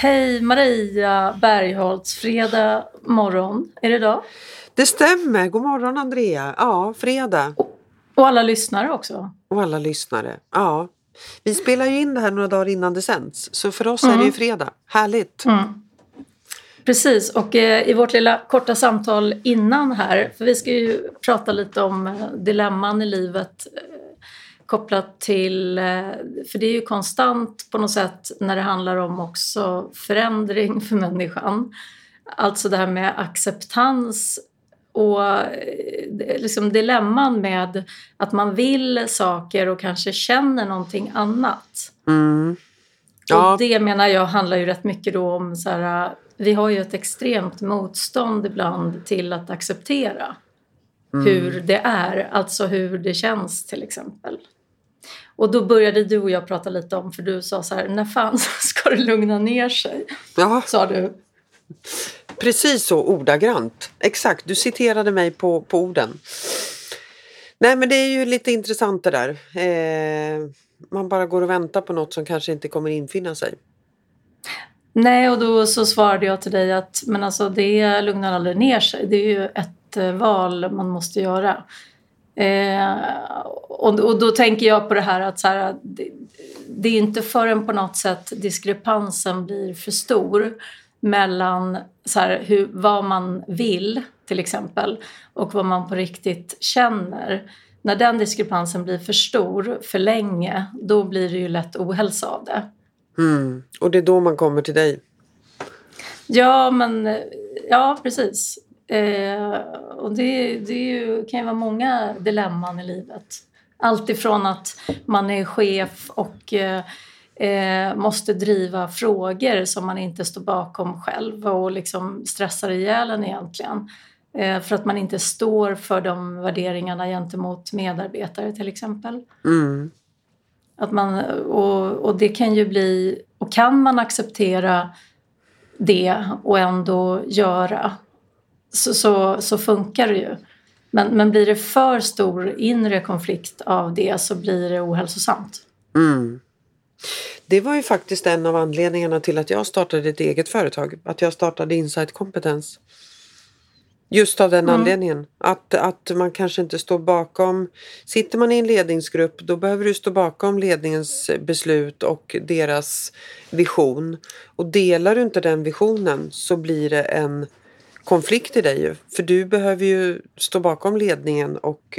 Hej Maria Bergholtz, fredag morgon, är det idag? Det stämmer, god morgon Andrea. Ja, fredag. Och alla lyssnare också. Och alla lyssnare, ja. Vi spelar ju in det här några dagar innan det sänds. Så för oss är det ju fredag, härligt. Precis, och i vårt lilla korta samtal innan här, för vi ska ju prata lite om dilemman i livet kopplat till, för det är ju konstant på något sätt när det handlar om också förändring för människan. Alltså det här med acceptans och liksom dilemman med att man vill saker och kanske känner någonting annat. Ja. Och det menar jag handlar ju rätt mycket då om så här, vi har ju ett extremt motstånd ibland till att acceptera hur det är, alltså hur det känns till exempel. Och då började du och jag prata lite om, för du sa så här, när fan ska det lugna ner sig? Ja. Sa du. Precis så, ordagrant. Exakt, du citerade mig på orden. Nej, men det är ju lite intressant det där. Man bara går och väntar på något som kanske inte kommer infinna sig. Nej, och då så svarade jag till dig att men alltså, det lugnar aldrig ner sig. Det är ju ett val man måste göra. Och då tänker jag på det här att så här, det är inte förrän på något sätt diskrepansen blir för stor mellan så här, vad man vill till exempel och vad man på riktigt känner. När den diskrepansen blir för stor för länge, då blir det ju lätt ohälsa av det. Och det är då man kommer till dig. Ja, precis. Och det kan ju vara många dilemman i livet. Allt ifrån att man är chef och måste driva frågor som man inte står bakom själv och liksom stressar ihjäl en egentligen. För att man inte står för de värderingarna gentemot medarbetare till exempel. Att man, och det kan ju bli, och kan man acceptera det och ändå göra så funkar det ju. Men blir det för stor inre konflikt av det så blir det ohälsosamt. Det var ju faktiskt en av anledningarna till att jag startade ett eget företag. Att jag startade Insight Kompetens. Just av den anledningen. Att man kanske inte står bakom. Sitter man i en ledningsgrupp, då behöver du stå bakom ledningens beslut och deras vision. Och delar du inte den visionen så blir det en konflikt i dig ju. För du behöver ju stå bakom ledningen och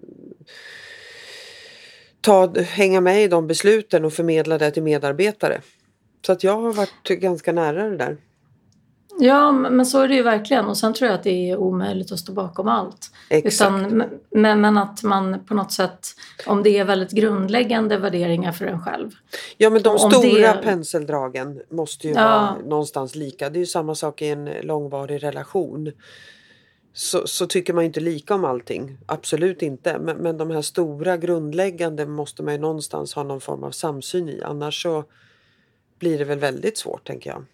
hänga med i de besluten och förmedla det till medarbetare. Så att jag har varit ganska nära det där. Ja, men så är det ju verkligen. Och sen tror jag att det är omöjligt att stå bakom allt. Exakt. Men att man på något sätt, om det är väldigt grundläggande värderingar för en själv. Ja, men de stora penseldragen måste ju vara någonstans lika. Det är ju samma sak i en långvarig relation. Så tycker man inte lika om allting. Absolut inte. Men de här stora grundläggande måste man ju någonstans ha någon form av samsyn i. Annars så blir det väl väldigt svårt, tänker jag.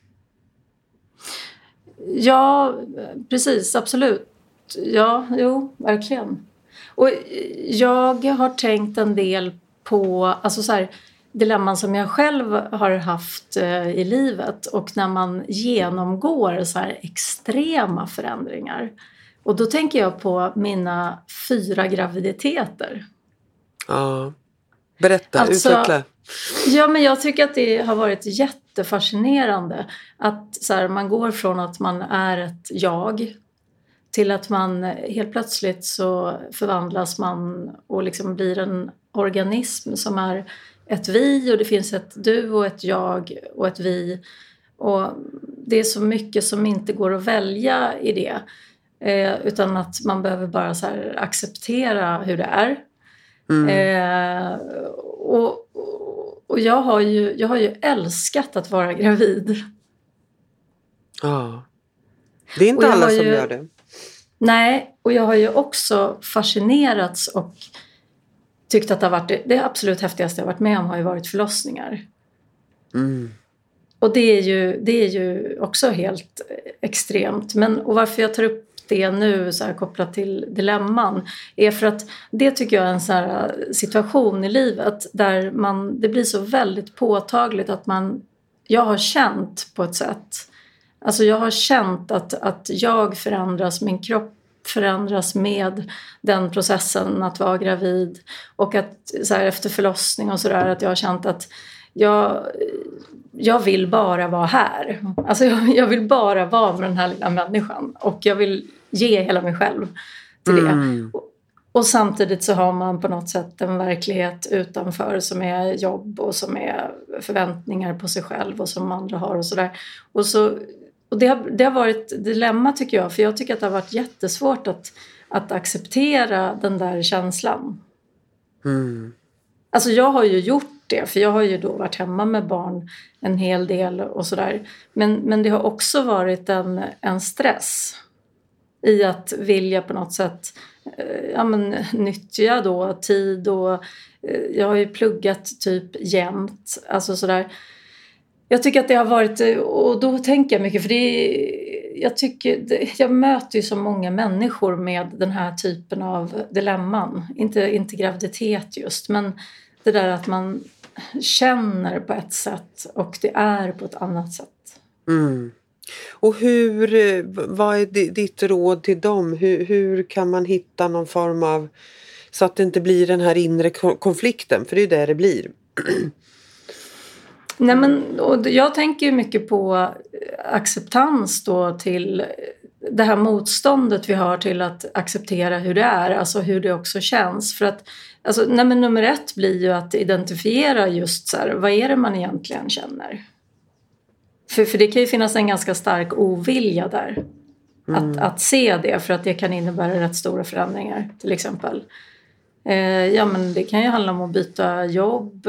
Ja, precis. Absolut. Ja, jo, verkligen. Och jag har tänkt en del på alltså så här, dilemman som jag själv har haft i livet. Och när man genomgår så här extrema förändringar. Och då tänker jag på mina 4 graviditeter. Ja, berätta, utveckla. Ja, men jag tycker att det har varit jättefascinerande. Att så här, man går från att man är ett jag till att man helt plötsligt så förvandlas man och liksom blir en organism som är ett vi. Och det finns ett du och ett jag och ett vi. Och det är så mycket som inte går att välja i det. Utan att man behöver bara så här acceptera hur det är. Och jag har ju älskat att vara gravid. Ja. Det är inte alla som gör det. Nej, och jag har ju också fascinerats och tyckt att det har varit det absolut häftigaste jag varit med om har ju varit förlossningar. Och det är ju också helt extremt. Och varför jag tar upp det nu så här kopplat till dilemman är för att det tycker jag är en så här situation i livet där det blir så väldigt påtagligt att man jag har känt på ett sätt. Alltså jag har känt att jag förändras, min kropp förändras med den processen att vara gravid. Och att så här, efter förlossning och sådär, att jag har känt att jag vill bara vara här. Alltså jag vill bara vara med den här lilla människan. Och jag vill ge hela mig själv till det. Och samtidigt så har man på något sätt en verklighet utanför som är jobb och som är förväntningar på sig själv och som andra har och sådär. Och det har varit ett dilemma tycker jag. För jag tycker att det har varit jättesvårt att acceptera den där känslan. Alltså jag har ju gjort det. För jag har ju då varit hemma med barn en hel del och sådär. Men det har också varit en stress i att vilja på något sätt nyttja då tid. Och jag har ju pluggat typ jämt. Alltså sådär. Jag tycker att det har varit, och då tänker jag mycket, för jag möter ju så många människor med den här typen av dilemman. Inte graviditet just, men det där att man känner på ett sätt och det är på ett annat sätt. Och vad är ditt råd till dem? Hur kan man hitta någon form av, så att det inte blir den här inre konflikten, för det är det blir. Nej, men och jag tänker ju mycket på acceptans då till det här motståndet vi har till att acceptera hur det är, alltså hur det också känns. För att alltså, nummer 1 blir ju att identifiera just så här, vad är det man egentligen känner? För det kan ju finnas en ganska stark ovilja där. Att se det, för att det kan innebära rätt stora förändringar till exempel. Men det kan ju handla om att byta jobb.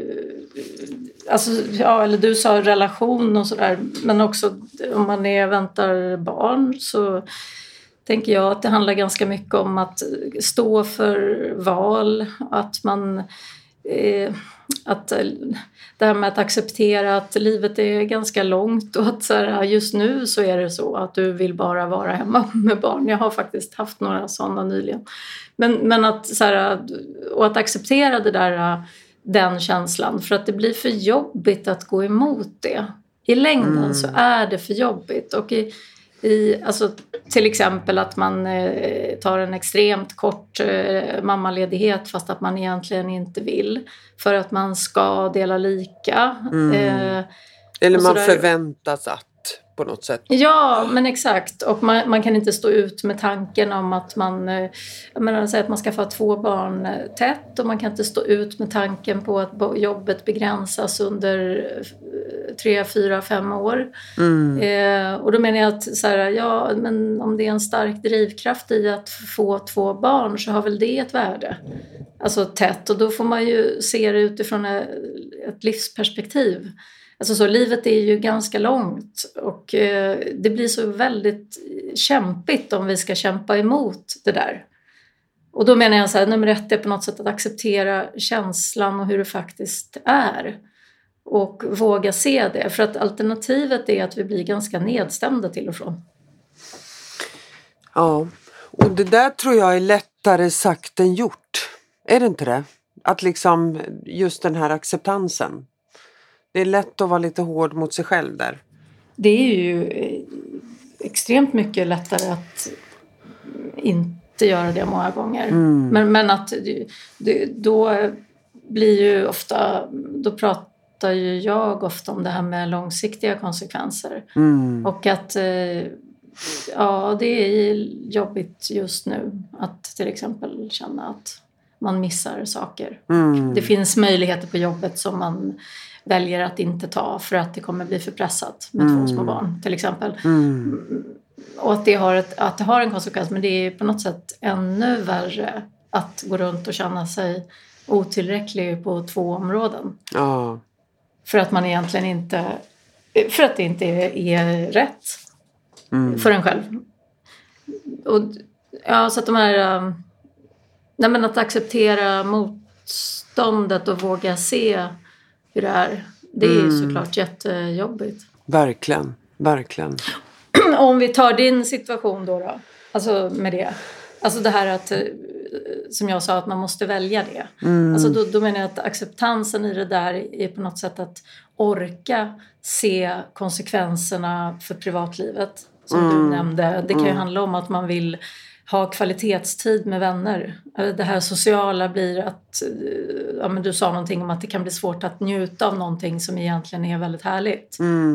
Eller du sa relation och sådär. Men också om man väntar barn så tänker jag att det handlar ganska mycket om att stå för val. Att man... det här med att acceptera att livet är ganska långt och att så här, just nu så är det så att du vill bara vara hemma med barn. Jag har faktiskt haft några sådana nyligen. Men att, så här, och att acceptera det där, den känslan, för att det blir för jobbigt att gå emot det. I längden så är det för jobbigt. Och alltså, till exempel att man tar en extremt kort mammaledighet fast att man egentligen inte vill. För att man ska dela lika. Eller man förväntas att på något sätt. Ja, men exakt. Och man kan inte stå ut med tanken om att säger att man ska få 2 barn tätt. Och man kan inte stå ut med tanken på att jobbet begränsas under 3, 4, 5 år. Och då menar jag att så här, men om det är en stark drivkraft i att få 2 barn så har väl det ett värde. Alltså tätt. Och då får man ju se det utifrån ett livsperspektiv. Alltså så, livet är ju ganska långt och det blir så väldigt kämpigt om vi ska kämpa emot det där. Och då menar jag så här, nummer 1 är på något sätt att acceptera känslan och hur det faktiskt är. Och våga se det, för att alternativet är att vi blir ganska nedstämda till och från. Ja, och det där tror jag är lättare sagt än gjort. Är det inte det? Att liksom just den här acceptansen. Det är lätt att vara lite hård mot sig själv där. Det är ju extremt mycket lättare att inte göra det många gånger. Men att då blir ju ofta, då pratar ju jag ofta om det här med långsiktiga konsekvenser. Och att det är jobbigt just nu att till exempel känna att man missar saker. Det finns möjligheter på jobbet som man väljer att inte ta för att det kommer bli för pressat med 2 små barn till exempel. Och att det har en konsekvens, men det är på något sätt ännu värre att gå runt och känna sig otillräcklig på 2 områden. För att man egentligen inte, för att det inte är rätt för en själv. Och så att de här men att acceptera motståndet och våga se hur det är. Det är ju såklart jättejobbigt. Verkligen. Om vi tar din situation då. Alltså med det. Alltså det här att som jag sa, att man måste välja det. Alltså då menar jag att acceptansen i det där är på något sätt att orka se konsekvenserna för privatlivet som du nämnde. Det kan ju handla om att man vill ha kvalitetstid med vänner. Det här sociala blir att, ja, men du sa någonting om att det kan bli svårt att njuta av någonting som egentligen är väldigt härligt.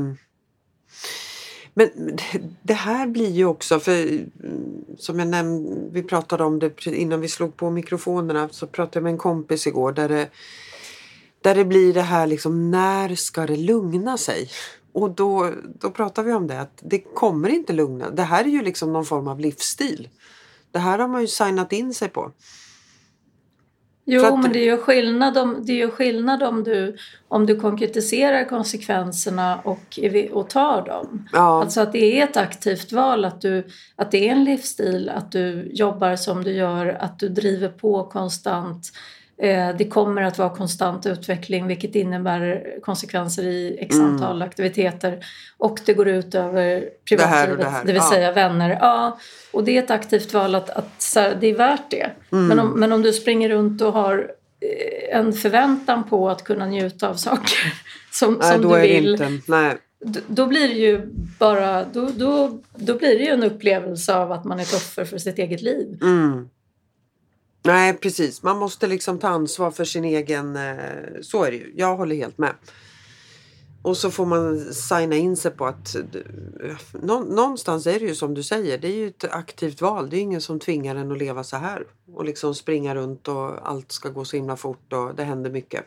Men det här blir ju också, för som jag nämnde, vi pratade om det innan vi slog på mikrofonerna, så pratade jag med en kompis igår där det blir det här liksom, när ska det lugna sig? Och då pratar vi om det, att det kommer inte lugna. Det här är ju liksom någon form av livsstil. Det här har man ju signat in sig på. Jo, men det är ju skillnad om du konkretiserar konsekvenserna och tar dem. Ja. Alltså att det är ett aktivt val, att det är en livsstil, att du jobbar som du gör, att du driver på konstant. Det kommer att vara konstant utveckling, vilket innebär konsekvenser i x antal aktiviteter, och det går ut över privatlivet, det vill säga vänner. Ja, och det är ett aktivt val att så här, det är värt det. Men om du springer runt och har en förväntan på att kunna njuta av saker som du vill, då blir det ju bara då blir det ju en upplevelse av att man är ett offer för sitt eget liv. Nej, precis. Man måste liksom ta ansvar för sin egen... Så är det ju. Jag håller helt med. Och så får man signa in sig på att... Någonstans är det ju som du säger. Det är ju ett aktivt val. Det är ingen som tvingar en att leva så här. Och liksom springa runt och allt ska gå så himla fort och det händer mycket.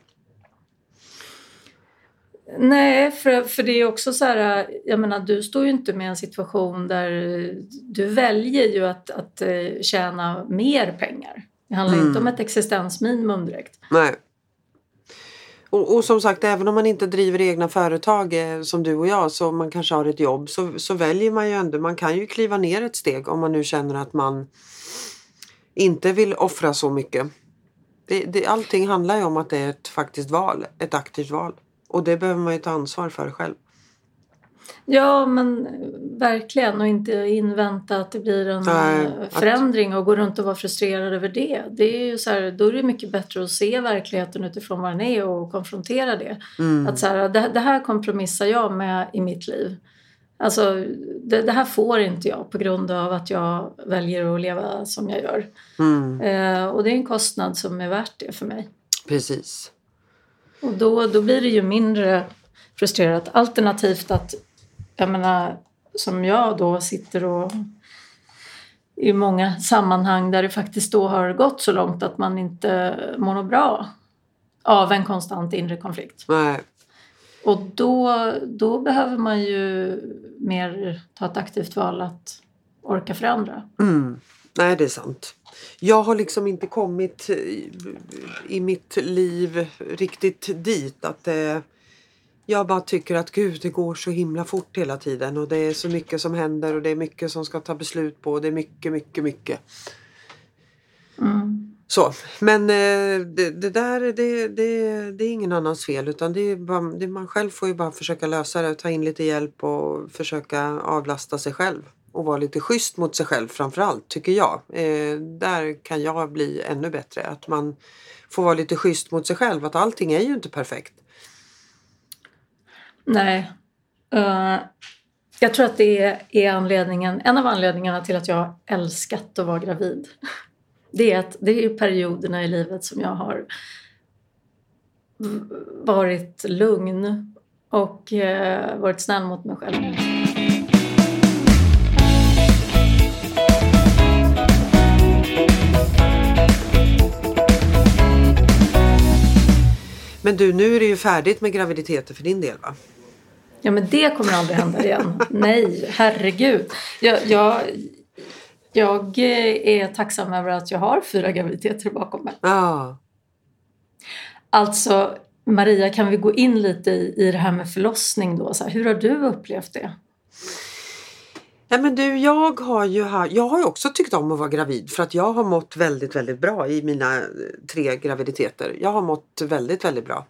Nej, för det är också så här, jag menar, du står ju inte med en situation där du väljer ju att tjäna mer pengar. Det handlar inte om ett existensminimum direkt. Nej. Och som sagt, även om man inte driver egna företag som du och jag, så man kanske har ett jobb, så väljer man ju ändå, man kan ju kliva ner ett steg om man nu känner att man inte vill offra så mycket. Allting handlar ju om att det är ett faktiskt val, ett aktivt val. Och det behöver man ju ta ansvar för själv. Ja, men verkligen. Och inte invänta att det blir en förändring och gå runt och vara frustrerad över det. Det är ju så här, då är det mycket bättre att se verkligheten utifrån vad den är och konfrontera det. Att så här, det här kompromissar jag med i mitt liv. Alltså, det här får inte jag på grund av att jag väljer att leva som jag gör. Och det är en kostnad som är värt det för mig. Precis. Och då blir det ju mindre frustrerat. Alternativt att, jag menar, som jag då sitter och i många sammanhang där det faktiskt då har gått så långt att man inte mår bra av en konstant inre konflikt. Nej. Och då behöver man ju mer ta ett aktivt val att orka förändra. Nej, det är sant. Jag har liksom inte kommit i mitt liv riktigt dit att jag bara tycker att gud, det går så himla fort hela tiden och det är så mycket som händer och det är mycket som ska ta beslut på och det är mycket. Så, men det där det är ingen annans fel, utan man själv får ju bara försöka lösa det och ta in lite hjälp och försöka avlasta sig själv. Och vara lite schysst mot sig själv framförallt, tycker jag. Där kan jag bli ännu bättre. Att man får vara lite schysst mot sig själv. Att allting är ju inte perfekt. Nej. Jag tror att det är en av anledningarna till att jag har älskat att vara gravid. Det är ju perioderna i livet som jag har varit lugn och varit snäll mot mig själv. Men du, nu är det ju färdigt med graviditeter för din del, va? Ja, men det kommer aldrig hända igen. Nej, herregud. Jag är tacksam över att jag har 4 graviditeter bakom mig. Alltså, Maria, kan vi gå in lite i det här med förlossning då? Så här, hur har du upplevt det? Ja, men du, jag har ju också tyckt om att vara gravid, för att jag har mått väldigt, väldigt bra i mina 3 graviditeter. Jag har mått väldigt, väldigt bra.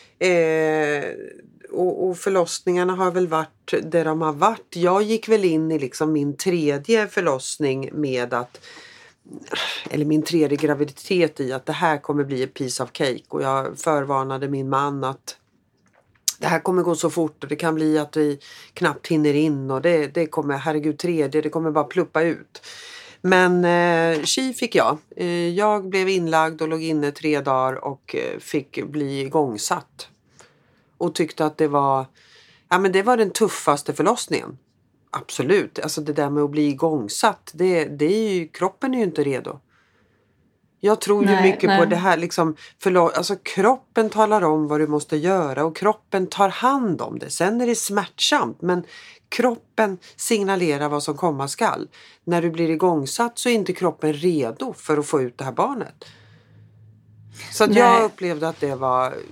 Och förlossningarna har väl varit det de har varit. Jag gick väl in i liksom min 3:e förlossning med att eller min 3:e graviditet i att det här kommer bli ett piece of cake. Och jag förvarnade min man att det här kommer gå så fort och det kan bli att vi knappt hinner in och det kommer, herregud 3:e, det kommer bara pluppa ut. Men tji fick jag. Jag blev inlagd och låg inne 3 dagar och fick bli igångsatt. Och tyckte att det var den tuffaste förlossningen. Absolut, alltså det där med att bli igångsatt, det är ju, kroppen är ju inte redo. Jag tror ju mycket på det här liksom, alltså kroppen talar om vad du måste göra och kroppen tar hand om det. Sen är det smärtsamt, men kroppen signalerar vad som komma skall. När du blir igångsatt så är inte kroppen redo för att få ut det här barnet. Så att jag upplevde att det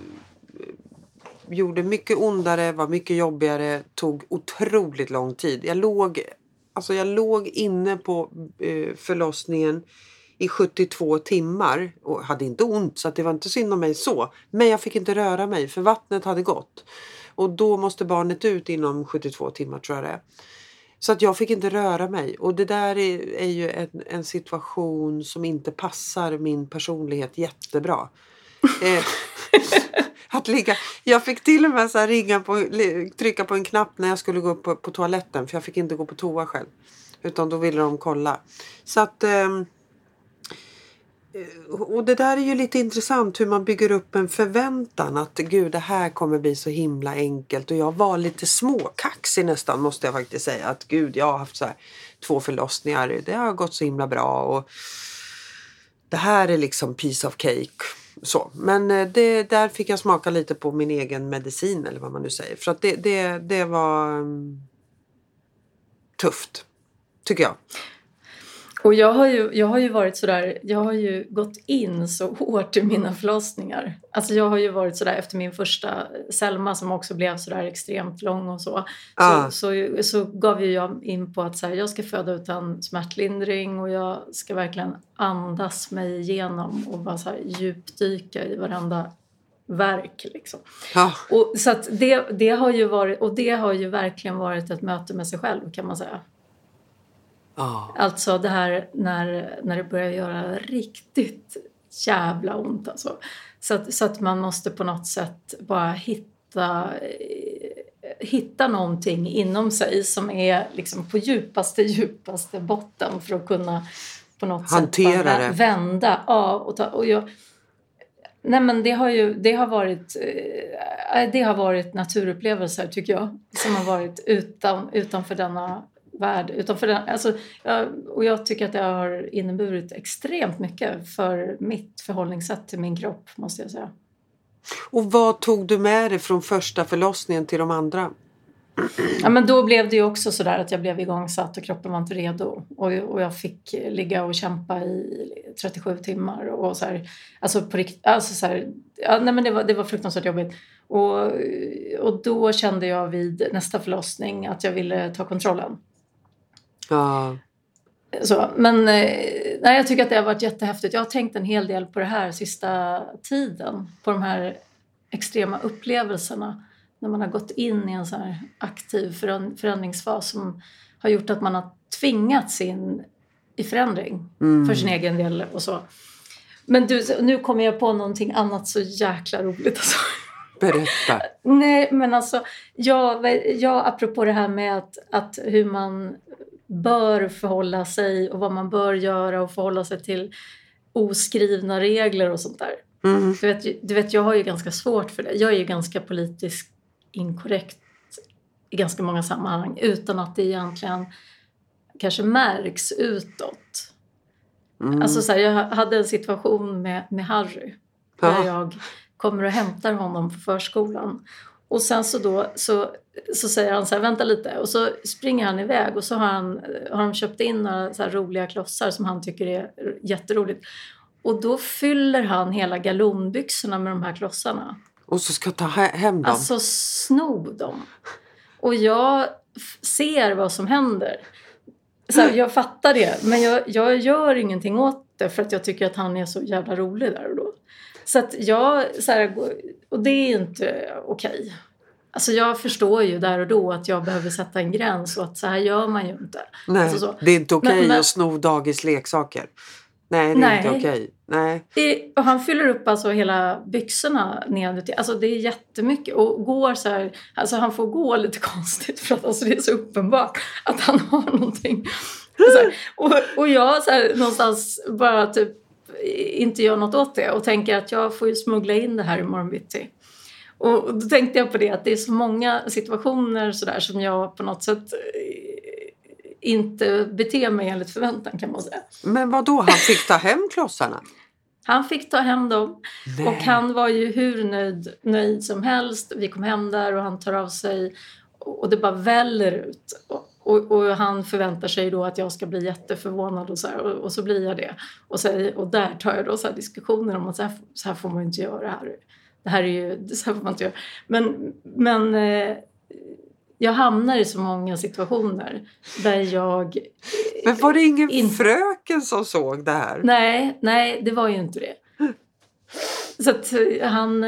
gjorde mycket ondare, var mycket jobbigare, tog otroligt lång tid. Jag låg inne på förlossningen i 72 timmar och hade inte ont så att det var inte synd om mig så. Men jag fick inte röra mig för vattnet hade gått. Och då måste barnet ut inom 72 timmar tror jag det är. Så att jag fick inte röra mig. Och det där är ju en situation som inte passar min personlighet jättebra. Att ligga. Jag fick till och med så här trycka på en knapp när jag skulle gå upp på toaletten. För jag fick inte gå på toa själv. Utan då ville de kolla. Så att... och det där är ju lite intressant hur man bygger upp en förväntan att gud det här kommer bli så himla enkelt och jag var lite småkaxig nästan måste jag faktiskt säga att gud jag har haft så här 2 förlossningar, det har gått så himla bra och det här är liksom piece of cake så, men där fick jag smaka lite på min egen medicin eller vad man nu säger för att det var tufft tycker jag. Och jag har ju varit sådär, jag har ju gått in så hårt i mina förlossningar. Alltså jag har ju varit sådär efter min första Selma som också blev sådär extremt lång och så. Så gav ju jag in på att så här, jag ska föda utan smärtlindring och jag ska verkligen andas mig igenom och bara så här djupdyka i varenda verk liksom. Och så att det har ju varit, och det har ju verkligen varit ett möte med sig själv kan man säga. Alltså det här när det börjar göra riktigt jävla ont alltså. Så att man måste på något sätt bara hitta någonting inom sig som är liksom på djupaste botten för att kunna på något hantera sätt det. Vända och jag nej men det har varit naturupplevelser tycker jag som har varit utanför denna värld, utanför den, alltså, och jag tycker att det har inneburit extremt mycket för mitt förhållningssätt till min kropp måste jag säga. Och vad tog du med dig från första förlossningen till de andra? Ja men då blev det ju också sådär att jag blev igångsatt och kroppen var inte redo och jag fick ligga och kämpa i 37 timmar och så här, alltså på riktigt, alltså så här, ja, nej men det var fruktansvärt jobbigt och då kände jag vid nästa förlossning att jag ville ta kontrollen. Ja. Så, men nej, jag tycker att det har varit jättehäftigt. Jag har tänkt en hel del på det här sista tiden. På de här extrema upplevelserna. När man har gått in i en så här aktiv förändringsfas som har gjort att man har tvingats in i förändring. För sin egen del och så. Men nu kommer jag på någonting annat så jäkla roligt. Alltså. Berätta. Nej, men alltså jag apropå det här med att hur man bör förhålla sig och vad man bör göra och förhålla sig till oskrivna regler och sånt där. Du vet, jag har ju ganska svårt för det. Jag är ju ganska politiskt inkorrekt i ganska många sammanhang utan att det egentligen kanske märks utåt. Alltså så här, jag hade en situation med Harry där jag kommer och hämtar honom på förskolan. Och sen så säger han så här, vänta lite. Och så springer han iväg och så har de köpt in några så här roliga klossar som han tycker är jätteroligt. Och då fyller han hela galonbyxorna med de här klossarna. Och så ska ta hem dem? Alltså sno dem. Och jag ser vad som händer. Så här, jag fattar det. Men jag gör ingenting åt det för att jag tycker att han är så jävla rolig där och då. Så att så här, och det är inte okej. Alltså jag förstår ju där och då att jag behöver sätta en gräns och att så här gör man ju inte. Nej, alltså så. Det är inte okej att sno dagis leksaker. Nej, det är inte okej. Nej. Och han fyller upp alltså hela byxorna neduti. Alltså det är jättemycket. Och går så här, alltså han får gå lite konstigt för att alltså det är så uppenbart att han har någonting. Och jag så här, någonstans bara typ inte gör något åt det och tänker att jag får ju smuggla in det här imorgon bitti. Och då tänkte jag på det att det är så många situationer så där som jag på något sätt inte beter mig enligt förväntan, kan man säga. Men vad då? Han fick ta hem klossarna? Han fick ta hem dem. Nej. Och han var ju hur nöjd som helst. Vi kom hem där och han tar av sig och det bara väller ut. Och han förväntar sig då att jag ska bli jätteförvånad och så här, och så blir jag det. Och där tar jag då så här diskussioner om att så här får man inte göra här. Det här är ju, så här får man inte göra. Men jag hamnar i så många situationer där jag... Men var det ingen fröken som såg det här? Nej, det var ju inte det. Så att han...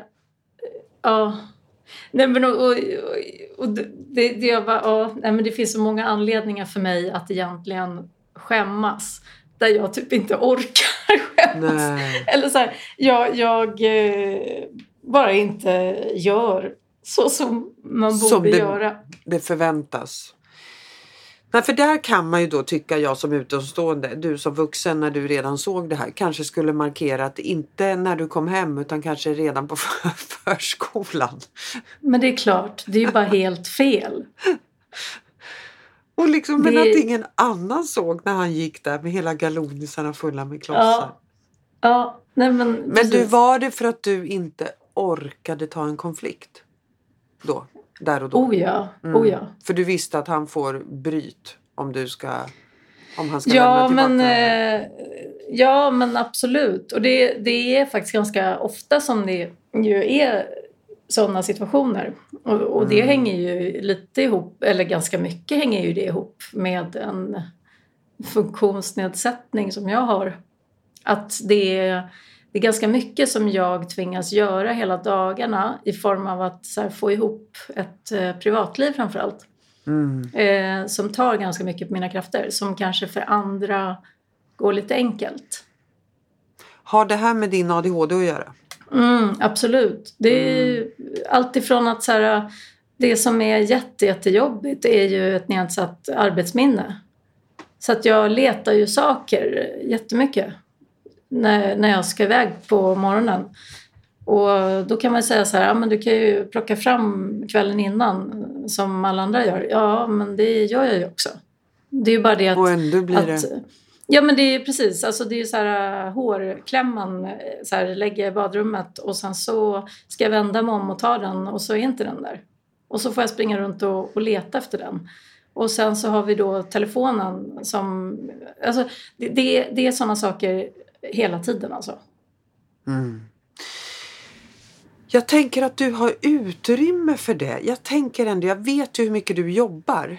Ja... Nej, men och det jag bara, nej, men det finns så många anledningar för mig att egentligen skämmas. Där jag typ inte orkar skämmas. Nej. Eller så här, jag bara inte gör så som man borde göra. Det förväntas. Nej, för där kan man ju då tycka, jag som utomstående, du som vuxen när du redan såg det här, kanske skulle markera att inte när du kom hem utan kanske redan på förskolan. Men det är klart, det är ju bara helt fel. Och liksom, men att ingen annan såg när han gick där med hela galonisarna fulla med klossar. Ja, nej men du, var det för att du inte orkade ta en konflikt då? Där och då. Oh ja. För du visste att han får bryt om han ska lämna tillbaka. Ja, men absolut. Och det är faktiskt ganska ofta som det ju är sådana situationer. Och det hänger ju lite ihop, eller ganska mycket hänger ju det ihop med en funktionsnedsättning som jag har. Att det är ganska mycket som jag tvingas göra hela dagarna i form av att så här, få ihop ett privatliv framförallt. Som tar ganska mycket på mina krafter. Som kanske för andra går lite enkelt. Har det här med din ADHD att göra? Absolut. Det är allt ifrån att så här, det som är jättejobbigt är ju ett nedsatt arbetsminne. Så att jag letar ju saker jättemycket. När jag ska iväg på morgonen. Och då kan man säga så här, ja, men du kan ju plocka fram kvällen innan som alla andra gör. Ja, men det gör jag ju också. Det är ju bara det att... Och ändå blir det... Ja, men det är ju precis. Alltså det är ju så här hårklämman så här, lägger i badrummet och sen så ska jag vända mig om och ta den och så är inte den där. Och så får jag springa runt och leta efter den. Och sen så har vi då telefonen som... Alltså det är sådana saker hela tiden alltså. Jag tänker att du har utrymme för det. Jag vet ju hur mycket du jobbar.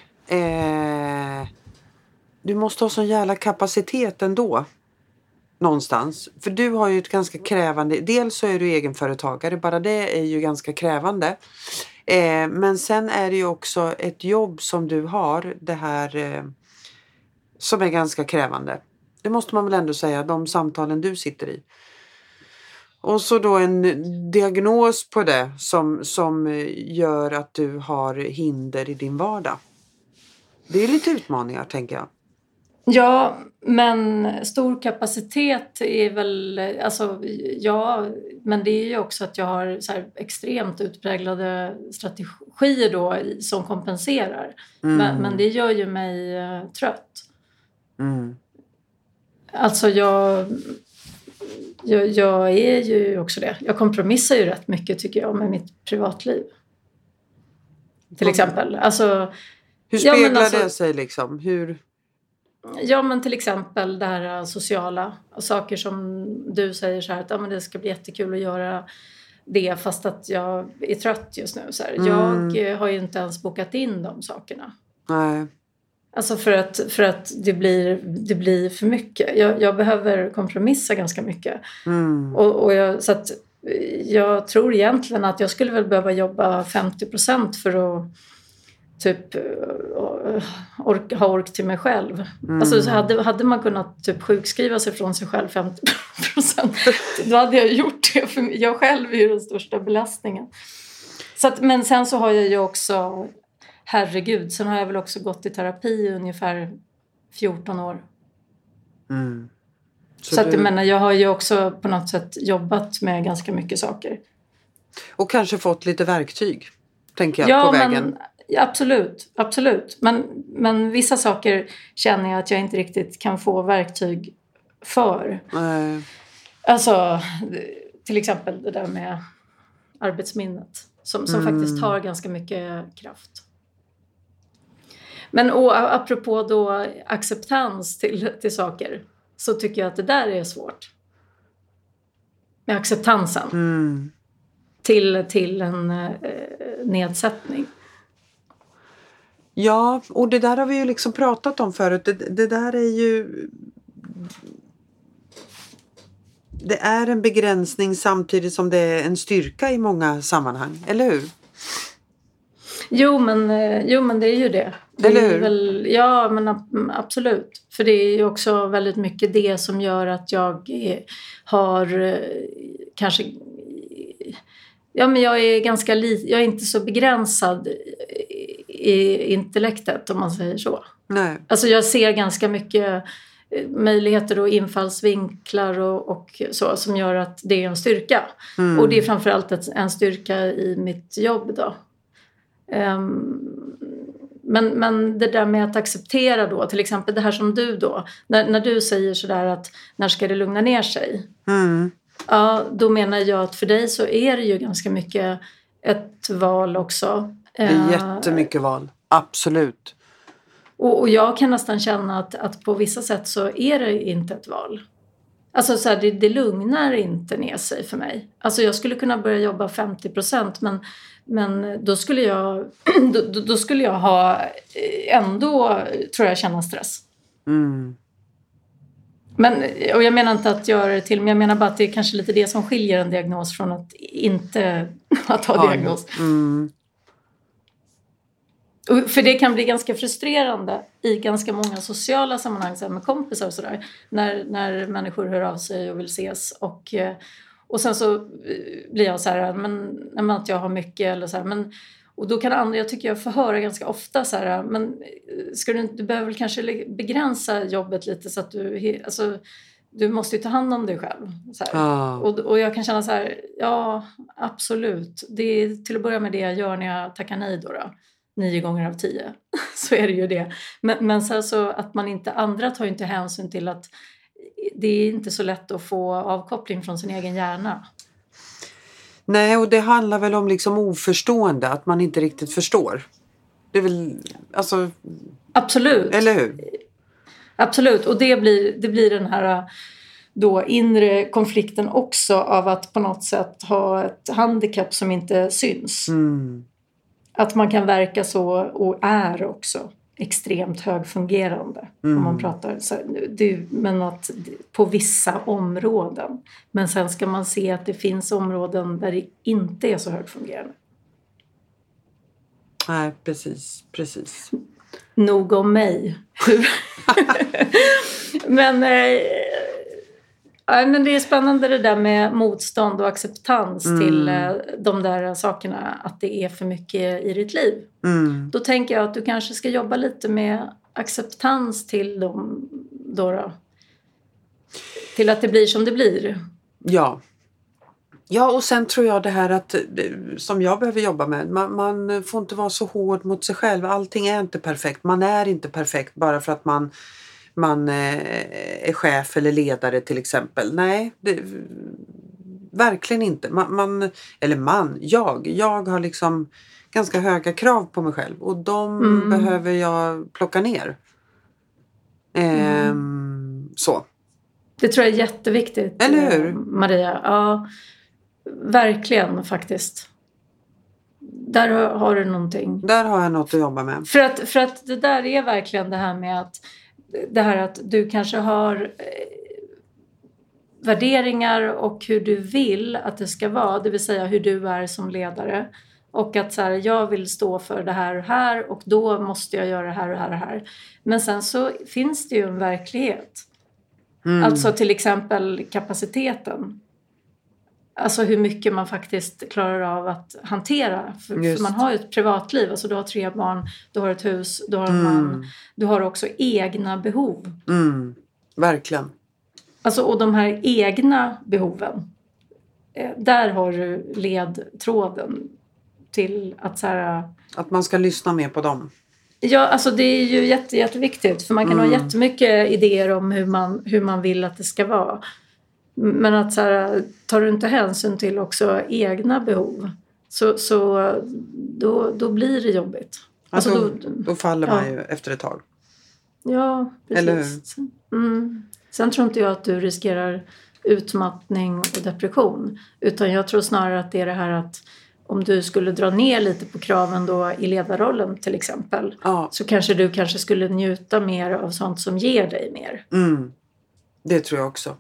Du måste ha sån jävla kapacitet ändå. Någonstans. För du har ju ett ganska krävande... Dels så är du egenföretagare. Bara det är ju ganska krävande. Men sen är det ju också ett jobb som du har. Det här som är ganska krävande. Det måste man väl ändå säga. De samtalen du sitter i. Och så då en diagnos på det som gör att du har hinder i din vardag. Det är lite utmaningar, tänker jag. Ja, men stor kapacitet är väl... Alltså, ja, men det är ju också att jag har så här extremt utpräglade strategier då som kompenserar. Men det gör ju mig trött. Alltså jag är ju också det. Jag kompromissar ju rätt mycket tycker jag med mitt privatliv. Till exempel. Alltså, hur speglar det sig liksom? Ja, men till exempel det här sociala. Saker som du säger så här att men det ska bli jättekul att göra det fast att jag är trött just nu. Så här. Jag har ju inte ens bokat in de sakerna. Nej. Alltså för att det blir för mycket. Jag behöver kompromissa ganska mycket. Så att jag tror egentligen att jag skulle väl behöva jobba 50% för att typ ha ork till mig själv. Alltså så hade man kunnat typ sjukskriva sig från sig själv 50%, då hade jag gjort det, för jag själv är ju den största belastningen. Så att, men sen så har jag ju också, herregud, sen har jag väl också gått i terapi i ungefär 14 år. Så att jag menar, jag har ju också på något sätt jobbat med ganska mycket saker. Och kanske fått lite verktyg, tänker jag, på vägen. Absolut. Men vissa saker känner jag att jag inte riktigt kan få verktyg för. Alltså, till exempel det där med arbetsminnet. Som faktiskt tar ganska mycket kraft. Men apropå då acceptans till saker, så tycker jag att det där är svårt. Med acceptansen. Till en nedsättning. Ja, och det där har vi ju liksom pratat om förut. Det där är ju... Det är en begränsning samtidigt som det är en styrka i många sammanhang, eller hur? Jo, men det är ju det. Eller hur? Väl, ja, men absolut. För det är ju också väldigt mycket det som gör att jag har kanske... Ja, men jag är jag är inte så begränsad i intellektet, om man säger så. Nej. Alltså jag ser ganska mycket möjligheter och infallsvinklar och så, som gör att det är en styrka. Och det är framförallt en styrka i mitt jobb då. Men det där med att acceptera då, till exempel det här som du då, när du säger sådär att när ska det lugna ner sig? Ja, då menar jag att för dig så är det ju ganska mycket ett val också. Det är jättemycket val, absolut. Och jag kan nästan känna att på vissa sätt så är det inte ett val. Alltså så här, det lugnar inte ner sig för mig. Alltså jag skulle kunna börja jobba 50%, men då skulle jag ha ändå, tror jag, känna stress. Men, och jag menar inte att göra det till, men jag menar bara att det är kanske lite det som skiljer en diagnos från att inte att ha diagnos. Och för det kan bli ganska frustrerande i ganska många sociala sammanhang, så här med kompisar och sådär, när människor hör av sig och vill ses, och sen så blir jag så här, men att jag har mycket eller så här, men, och då kan andra, jag tycker jag får höra ganska ofta så här, men du behöver väl kanske begränsa jobbet lite, så att du måste ju ta hand om dig själv. Så här. Och jag kan känna så här, ja, absolut. Det är till att börja med det jag gör när jag tackar nej då. 9 gånger av 10. Så är det ju det. Men så att man inte, andra tar ju inte hänsyn till att det är inte så lätt att få avkoppling från sin egen hjärna. Nej, och det handlar väl om liksom oförstående, att man inte riktigt förstår. Det är väl, alltså... Absolut. Eller hur? Absolut, och det blir den här då inre konflikten också av att på något sätt ha ett handikapp som inte syns. Att man kan verka så, och är också extremt högfungerande om man pratar så, men att på vissa områden, men sen ska man se att det finns områden där det inte är så högfungerande. Nej, precis. Nog om mig. Men det är spännande det där med motstånd och acceptans till de där sakerna, att det är för mycket i ditt liv. Då tänker jag att du kanske ska jobba lite med acceptans till dem då. Till att det blir som det blir. Ja, och sen tror jag det här att, som jag behöver jobba med, man får inte vara så hård mot sig själv. Allting är inte perfekt. Man är inte perfekt bara för att man är chef eller ledare till exempel. Nej, verkligen inte. Jag har liksom ganska höga krav på mig själv, och de behöver jag plocka ner. Så. Det tror jag är jätteviktigt. Eller hur? Maria, ja, verkligen faktiskt. Där har du någonting. Där har jag något att jobba med. För att det där är verkligen det här med att du kanske har värderingar och hur du vill att det ska vara. Det vill säga hur du är som ledare. Och att så här, jag vill stå för det här och då måste jag göra det här och det här. Men sen så finns det ju en verklighet. Alltså till exempel kapaciteten. Alltså hur mycket man faktiskt klarar av att hantera. För man har ju ett privatliv. Alltså du har 3 barn, du har ett hus, du har en man. Du har också egna behov. Verkligen. Alltså, och de här egna behoven. Där har du ledtråden till att så här... Att man ska lyssna mer på dem. Ja, alltså det är ju jätteviktigt. För man kan ha jättemycket idéer om hur man vill att det ska vara. Men att så här, tar du inte hänsyn till också egna behov så då blir det jobbigt. Alltså då faller man ju efter ett tag. Ja, precis. Eller hur? Sen tror inte jag att du riskerar utmattning och depression. Utan jag tror snarare att det är det här att om du skulle dra ner lite på kraven då i ledarrollen till exempel. Så kanske du skulle njuta mer av sånt som ger dig mer. Det tror jag också.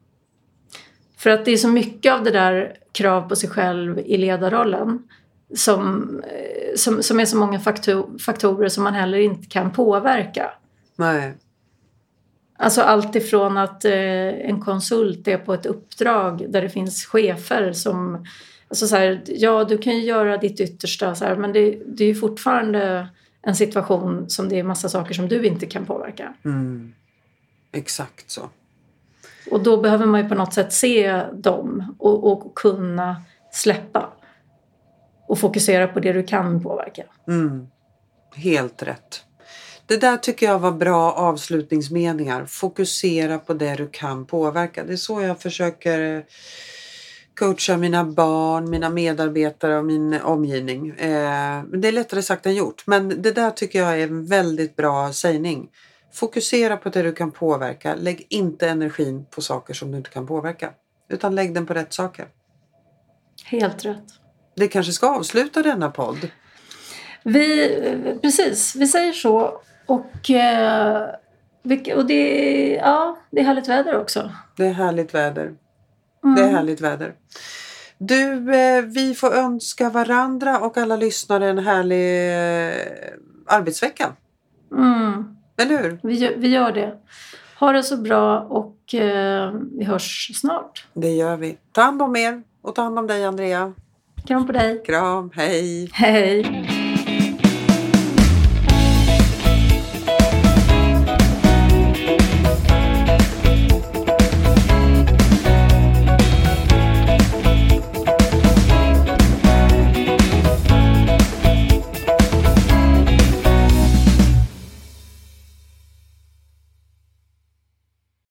För att det är så mycket av det där krav på sig själv i ledarrollen som är så många faktorer som man heller inte kan påverka. Nej. Alltså allt ifrån att en konsult är på ett uppdrag där det finns chefer som... Alltså så här, ja, du kan ju göra ditt yttersta så här, men det är ju fortfarande en situation som det är massa saker som du inte kan påverka. Exakt så. Och då behöver man ju på något sätt se dem och kunna släppa. Och fokusera på det du kan påverka. Helt rätt. Det där tycker jag var bra avslutningsmeningar. Fokusera på det du kan påverka. Det är så jag försöker coacha mina barn, mina medarbetare och min omgivning. Det är lättare sagt än gjort. Men det där tycker jag är en väldigt bra sägning. Fokusera på det du kan påverka. Lägg inte energin på saker som du inte kan påverka. Utan lägg den på rätt saker. Helt rätt. Det kanske ska avsluta denna podd. Precis, vi säger så. Och det är härligt väder också. Det är härligt väder. Det är härligt väder. Du, vi får önska varandra och alla lyssnare en härlig arbetsvecka. Eller hur? Vi gör det. Ha det så bra och vi hörs snart. Det gör vi. Ta hand om er och ta hand om dig, Andrea. Kram på dig. Kram, hej. Hej.